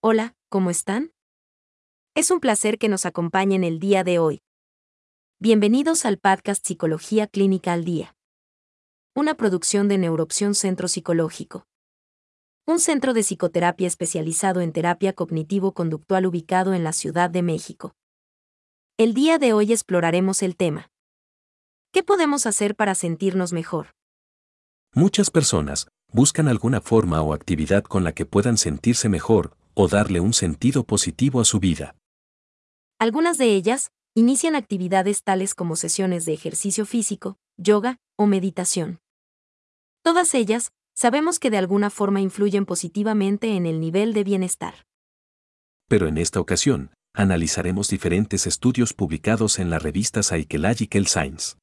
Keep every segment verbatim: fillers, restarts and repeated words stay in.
Hola, ¿cómo están? Es un placer que nos acompañen el día de hoy. Bienvenidos al podcast Psicología Clínica al Día. Una producción de Neuroopción Centro Psicológico. Un centro de psicoterapia especializado en terapia cognitivo-conductual ubicado en la Ciudad de México. El día de hoy exploraremos el tema. ¿Qué podemos hacer para sentirnos mejor? Muchas personas buscan alguna forma o actividad con la que puedan sentirse mejor o darle un sentido positivo a su vida. Algunas de ellas inician actividades tales como sesiones de ejercicio físico, yoga o meditación. Todas ellas sabemos que de alguna forma influyen positivamente en el nivel de bienestar. Pero en esta ocasión, analizaremos diferentes estudios publicados en la revista Psychological Science.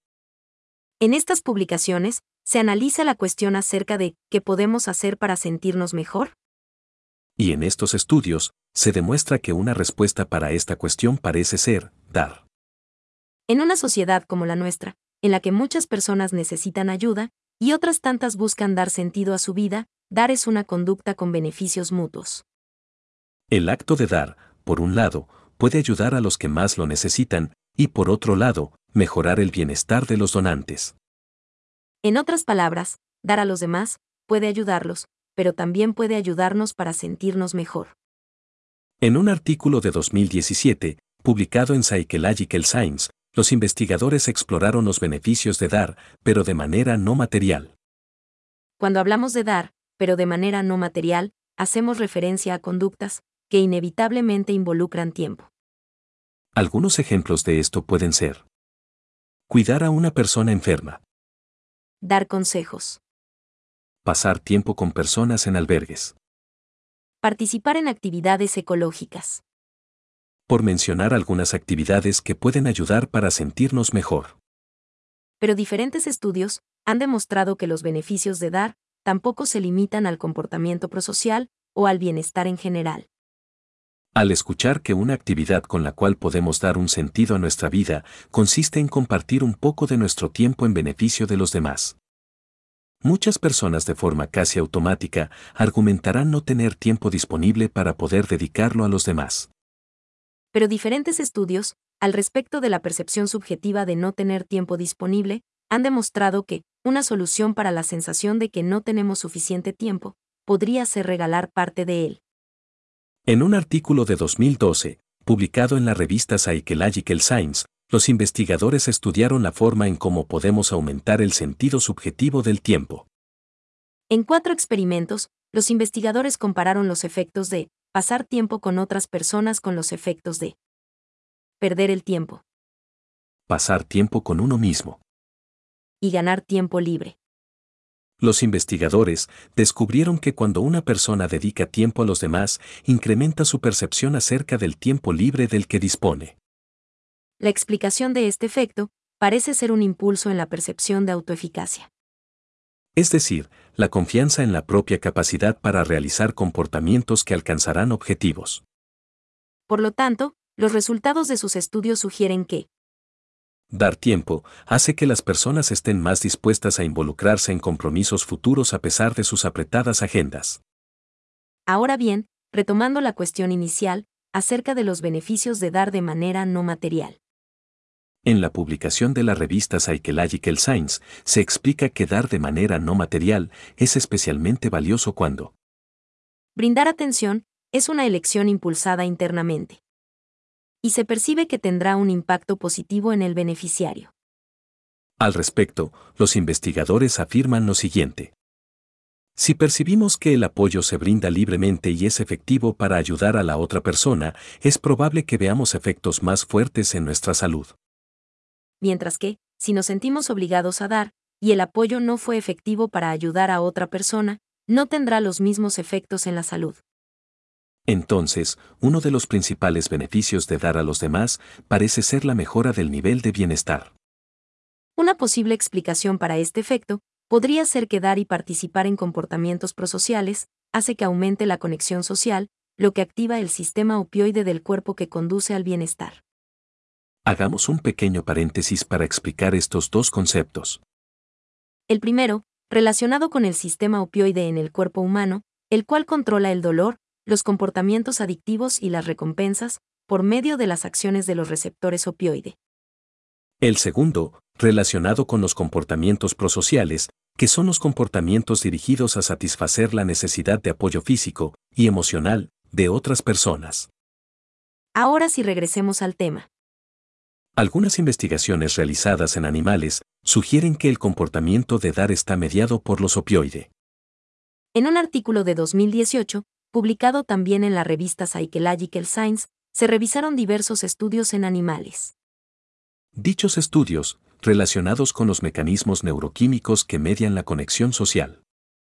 En estas publicaciones, se analiza la cuestión acerca de ¿qué podemos hacer para sentirnos mejor? Y en estos estudios, se demuestra que una respuesta para esta cuestión parece ser dar. En una sociedad como la nuestra, en la que muchas personas necesitan ayuda, y otras tantas buscan dar sentido a su vida, dar es una conducta con beneficios mutuos. El acto de dar, por un lado, puede ayudar a los que más lo necesitan, y por otro lado, mejorar el bienestar de los donantes. En otras palabras, dar a los demás puede ayudarlos, pero también puede ayudarnos para sentirnos mejor. En un artículo de dos mil diecisiete, publicado en Psychological Science, los investigadores exploraron los beneficios de dar, pero de manera no material. Cuando hablamos de dar, pero de manera no material, hacemos referencia a conductas que inevitablemente involucran tiempo. Algunos ejemplos de esto pueden ser: cuidar a una persona enferma, Dar consejos, pasar tiempo con personas en albergues, participar en actividades ecológicas. por mencionar algunas actividades que pueden ayudar para sentirnos mejor. Pero diferentes estudios han demostrado que los beneficios de dar tampoco se limitan al comportamiento prosocial o al bienestar en general. Al escuchar que una actividad con la cual podemos dar un sentido a nuestra vida consiste en compartir un poco de nuestro tiempo en beneficio de los demás. Muchas personas de forma casi automática argumentarán no tener tiempo disponible para poder dedicarlo a los demás. Pero diferentes estudios, al respecto de la percepción subjetiva de no tener tiempo disponible, han demostrado que una solución para la sensación de que no tenemos suficiente tiempo podría ser regalar parte de él. En un artículo de dos mil doce, publicado en la revista Psychological Science, los investigadores estudiaron la forma en cómo podemos aumentar el sentido subjetivo del tiempo. En cuatro experimentos, los investigadores compararon los efectos de pasar tiempo con otras personas con los efectos de perder el tiempo Pasar tiempo con uno mismo. y ganar tiempo libre. Los investigadores descubrieron que cuando una persona dedica tiempo a los demás, incrementa su percepción acerca del tiempo libre del que dispone. La explicación de este efecto parece ser un impulso en la percepción de autoeficacia. Es decir, la confianza en la propia capacidad para realizar comportamientos que alcanzarán objetivos. Por lo tanto, los resultados de sus estudios sugieren que Dar tiempo hace que las personas estén más dispuestas a involucrarse en compromisos futuros a pesar de sus apretadas agendas. Ahora bien, retomando la cuestión inicial, acerca de los beneficios de dar de manera no material. En la publicación de la revista Psychological Science, se explica que dar de manera no material es especialmente valioso cuando Brindar atención es una elección impulsada internamente. Y se percibe que tendrá un impacto positivo en el beneficiario. Al respecto, los investigadores afirman lo siguiente. Si percibimos que el apoyo se brinda libremente y es efectivo para ayudar a la otra persona, es probable que veamos efectos más fuertes en nuestra salud. Mientras que, si nos sentimos obligados a dar, y el apoyo no fue efectivo para ayudar a otra persona, no tendrá los mismos efectos en la salud. Entonces, uno de los principales beneficios de dar a los demás parece ser la mejora del nivel de bienestar. Una posible explicación para este efecto podría ser que dar y participar en comportamientos prosociales hace que aumente la conexión social, lo que activa el sistema opioide del cuerpo que conduce al bienestar. Hagamos un pequeño paréntesis para explicar estos dos conceptos. El primero, relacionado con el sistema opioide en el cuerpo humano, el cual controla el dolor, los comportamientos adictivos y las recompensas, por medio de las acciones de los receptores opioide. El segundo, relacionado con los comportamientos prosociales, que son los comportamientos dirigidos a satisfacer la necesidad de apoyo físico y emocional de otras personas. Ahora sí regresemos al tema. Algunas investigaciones realizadas en animales sugieren que el comportamiento de dar está mediado por los opioide. En un artículo de dos mil dieciocho, publicado también en la revista Psychological Science, se revisaron diversos estudios en animales. Dichos estudios, relacionados con los mecanismos neuroquímicos que median la conexión social.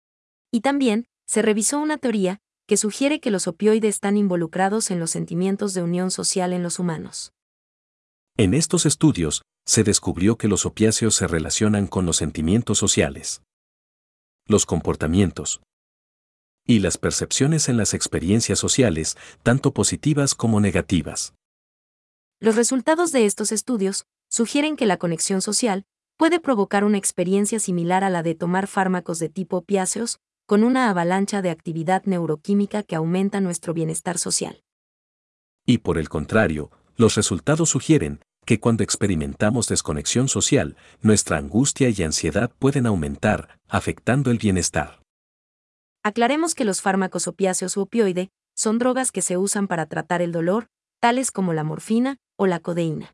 Y también, se revisó una teoría que sugiere que los opioides están involucrados en los sentimientos de unión social en los humanos. En estos estudios, se descubrió que los opiáceos se relacionan con los sentimientos sociales, los comportamientos y las percepciones en las experiencias sociales, tanto positivas como negativas. Los resultados de estos estudios sugieren que la conexión social puede provocar una experiencia similar a la de tomar fármacos de tipo opiáceos, con una avalancha de actividad neuroquímica que aumenta nuestro bienestar social. Y por el contrario, los resultados sugieren que cuando experimentamos desconexión social, nuestra angustia y ansiedad pueden aumentar, afectando el bienestar. Aclaremos que los fármacos opiáceos u opioide son drogas que se usan para tratar el dolor, tales como la morfina o la codeína.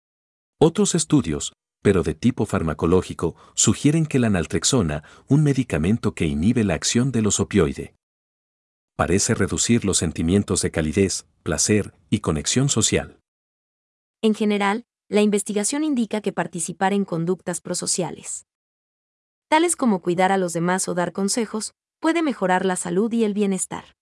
Otros estudios, pero de tipo farmacológico, sugieren que la naltrexona, un medicamento que inhibe la acción de los opioide, parece reducir los sentimientos de calidez, placer y conexión social. En general, la investigación indica que participar en conductas prosociales, tales como cuidar a los demás o dar consejos, puede mejorar la salud y el bienestar.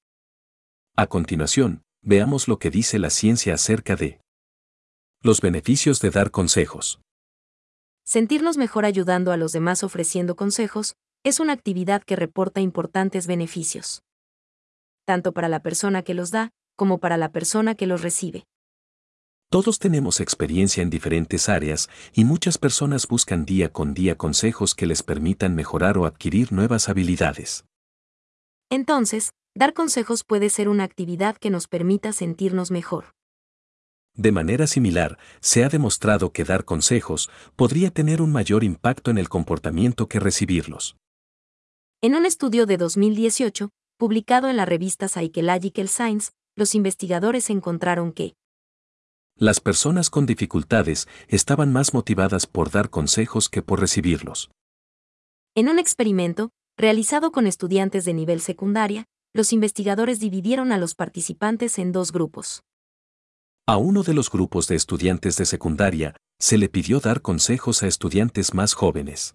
A continuación, veamos lo que dice la ciencia acerca de los beneficios de dar consejos. Sentirnos mejor ayudando a los demás ofreciendo consejos es una actividad que reporta importantes beneficios, tanto para la persona que los da como para la persona que los recibe. Todos tenemos experiencia en diferentes áreas y muchas personas buscan día con día consejos que les permitan mejorar o adquirir nuevas habilidades. Entonces, dar consejos puede ser una actividad que nos permita sentirnos mejor. De manera similar, se ha demostrado que dar consejos podría tener un mayor impacto en el comportamiento que recibirlos. En un estudio de dos mil dieciocho, publicado en la revista Psychological Science, los investigadores encontraron que las personas con dificultades estaban más motivadas por dar consejos que por recibirlos. En un experimento, realizado con estudiantes de nivel secundaria, los investigadores dividieron a los participantes en dos grupos. A uno de los grupos de estudiantes de secundaria se le pidió dar consejos a estudiantes más jóvenes.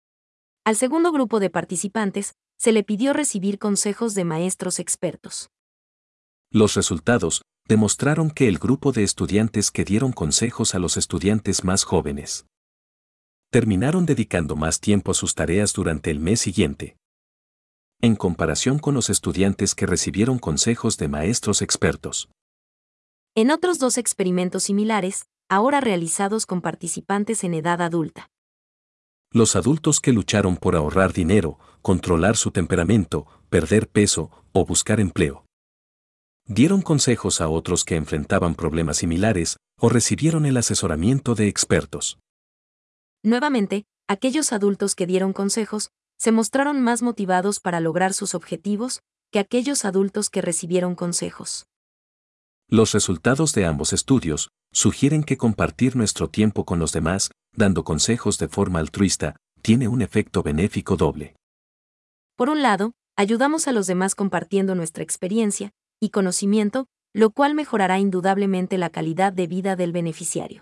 Al segundo grupo de participantes, se le pidió recibir consejos de maestros expertos. Los resultados demostraron que el grupo de estudiantes que dieron consejos a los estudiantes más jóvenes terminaron dedicando más tiempo a sus tareas durante el mes siguiente, en comparación con los estudiantes que recibieron consejos de maestros expertos. En otros dos experimentos similares, ahora realizados con participantes en edad adulta, los adultos que lucharon por ahorrar dinero, controlar su temperamento, perder peso o buscar empleo, dieron consejos a otros que enfrentaban problemas similares o recibieron el asesoramiento de expertos. Nuevamente, aquellos adultos que dieron consejos se mostraron más motivados para lograr sus objetivos que aquellos adultos que recibieron consejos. Los resultados de ambos estudios sugieren que compartir nuestro tiempo con los demás, dando consejos de forma altruista, tiene un efecto benéfico doble. Por un lado, ayudamos a los demás compartiendo nuestra experiencia y conocimiento, lo cual mejorará indudablemente la calidad de vida del beneficiario.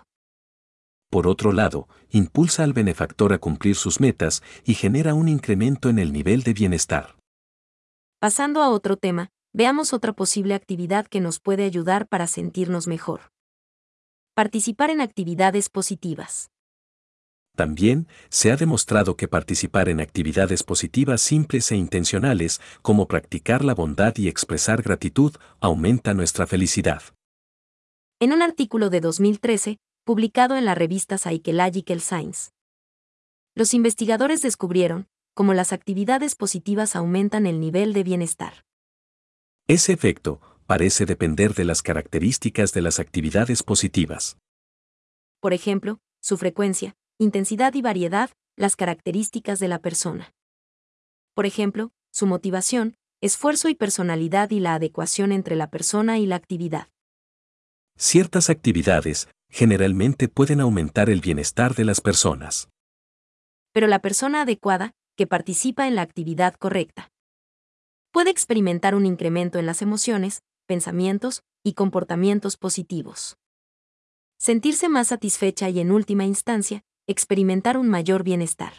Por otro lado, impulsa al benefactor a cumplir sus metas y genera un incremento en el nivel de bienestar. Pasando a otro tema, veamos otra posible actividad que nos puede ayudar para sentirnos mejor. Participar en actividades positivas. También se ha demostrado que participar en actividades positivas simples e intencionales, como practicar la bondad y expresar gratitud, aumenta nuestra felicidad. En un artículo de dos mil trece, publicado en la revista Psychological Science, los investigadores descubrieron cómo las actividades positivas aumentan el nivel de bienestar. Ese efecto parece depender de las características de las actividades positivas. Por ejemplo, su frecuencia, intensidad y variedad, las características de la persona. Por ejemplo, su motivación, esfuerzo y personalidad y la adecuación entre la persona y la actividad. Ciertas actividades generalmente pueden aumentar el bienestar de las personas. Pero la persona adecuada, que participa en la actividad correcta, puede experimentar un incremento en las emociones, pensamientos y comportamientos positivos. Sentirse más satisfecha y, en última instancia, experimentar un mayor bienestar.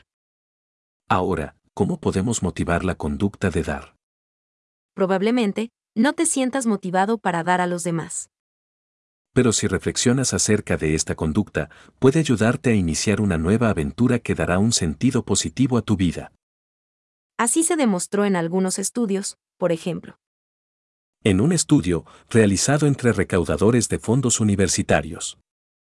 Ahora, ¿cómo podemos motivar la conducta de dar? Probablemente, no te sientas motivado para dar a los demás. Pero si reflexionas acerca de esta conducta, puede ayudarte a iniciar una nueva aventura que dará un sentido positivo a tu vida. Así se demostró en algunos estudios, por ejemplo. En un estudio realizado entre recaudadores de fondos universitarios,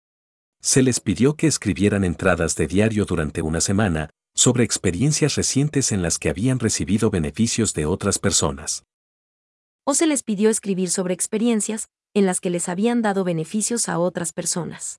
se les pidió que escribieran entradas de diario durante una semana sobre experiencias recientes en las que habían recibido beneficios de otras personas. O se les pidió escribir sobre experiencias en las que les habían dado beneficios a otras personas.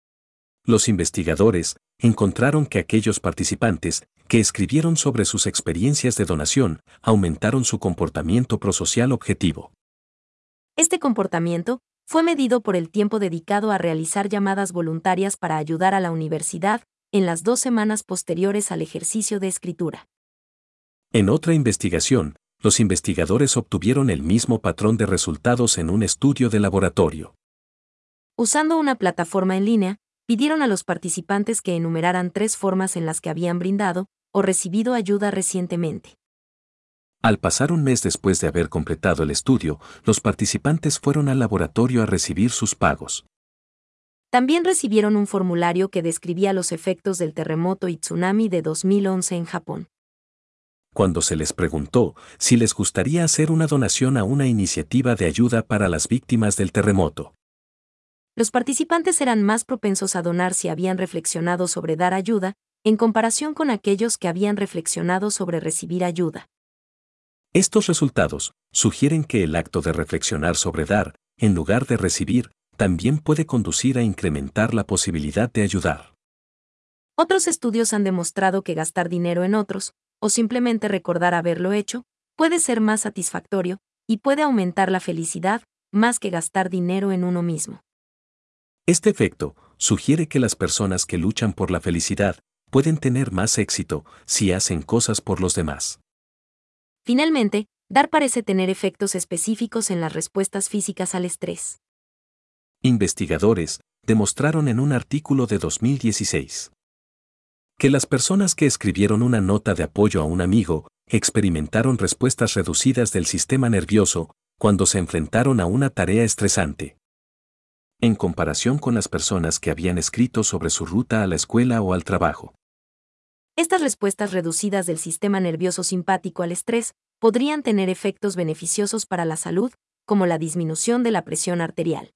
Los investigadores encontraron que aquellos participantes que escribieron sobre sus experiencias de donación aumentaron su comportamiento prosocial objetivo. Este comportamiento fue medido por el tiempo dedicado a realizar llamadas voluntarias para ayudar a la universidad en las dos semanas posteriores al ejercicio de escritura. En otra investigación, los investigadores obtuvieron el mismo patrón de resultados en un estudio de laboratorio. Usando una plataforma en línea, pidieron a los participantes que enumeraran tres formas en las que habían brindado o recibido ayuda recientemente. Al pasar un mes después de haber completado el estudio, los participantes fueron al laboratorio a recibir sus pagos. También recibieron un formulario que describía los efectos del terremoto y tsunami de dos mil once en Japón. Cuando se les preguntó si les gustaría hacer una donación a una iniciativa de ayuda para las víctimas del terremoto, los participantes eran más propensos a donar si habían reflexionado sobre dar ayuda, en comparación con aquellos que habían reflexionado sobre recibir ayuda. Estos resultados sugieren que el acto de reflexionar sobre dar, en lugar de recibir, también puede conducir a incrementar la posibilidad de ayudar. Otros estudios han demostrado que gastar dinero en otros, o simplemente recordar haberlo hecho, puede ser más satisfactorio y puede aumentar la felicidad, más que gastar dinero en uno mismo. Este efecto sugiere que las personas que luchan por la felicidad pueden tener más éxito si hacen cosas por los demás. Finalmente, dar parece tener efectos específicos en las respuestas físicas al estrés. Investigadores demostraron en un artículo de dos mil dieciséis que las personas que escribieron una nota de apoyo a un amigo experimentaron respuestas reducidas del sistema nervioso cuando se enfrentaron a una tarea estresante, en comparación con las personas que habían escrito sobre su ruta a la escuela o al trabajo. Estas respuestas reducidas del sistema nervioso simpático al estrés podrían tener efectos beneficiosos para la salud, como la disminución de la presión arterial.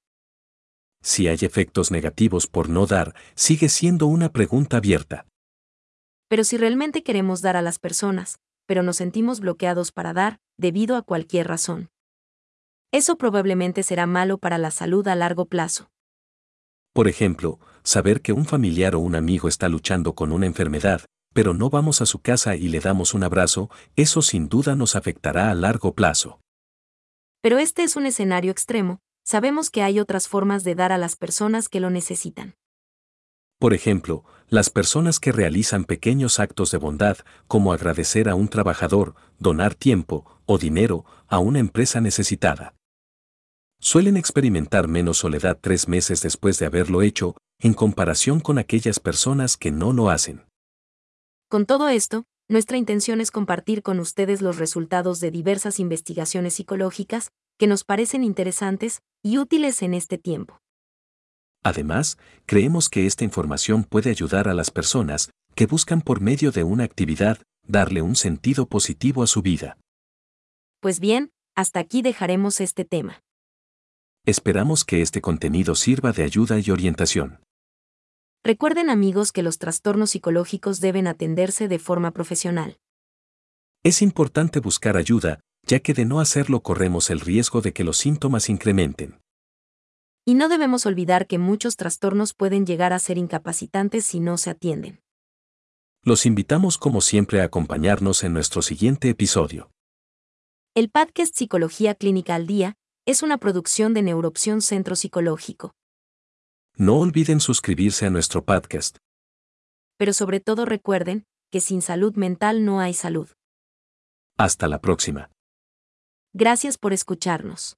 Si hay efectos negativos por no dar, sigue siendo una pregunta abierta. Pero si realmente queremos dar a las personas, pero nos sentimos bloqueados para dar, debido a cualquier razón, eso probablemente será malo para la salud a largo plazo. Por ejemplo, saber que un familiar o un amigo está luchando con una enfermedad, pero no vamos a su casa y le damos un abrazo, eso sin duda nos afectará a largo plazo. Pero este es un escenario extremo, sabemos que hay otras formas de dar a las personas que lo necesitan. Por ejemplo, las personas que realizan pequeños actos de bondad, como agradecer a un trabajador, donar tiempo o dinero a una empresa necesitada, suelen experimentar menos soledad tres meses después de haberlo hecho, en comparación con aquellas personas que no lo hacen. Con todo esto, nuestra intención es compartir con ustedes los resultados de diversas investigaciones psicológicas que nos parecen interesantes y útiles en este tiempo. Además, creemos que esta información puede ayudar a las personas que buscan por medio de una actividad darle un sentido positivo a su vida. Pues bien, hasta aquí dejaremos este tema. Esperamos que este contenido sirva de ayuda y orientación. Recuerden, amigos, que los trastornos psicológicos deben atenderse de forma profesional. Es importante buscar ayuda, ya que de no hacerlo corremos el riesgo de que los síntomas incrementen. Y no debemos olvidar que muchos trastornos pueden llegar a ser incapacitantes si no se atienden. Los invitamos como siempre a acompañarnos en nuestro siguiente episodio. El podcast Psicología Clínica al Día es una producción de Neuroopción Centro Psicológico. No olviden suscribirse a nuestro podcast. Pero sobre todo recuerden que sin salud mental no hay salud. Hasta la próxima. Gracias por escucharnos.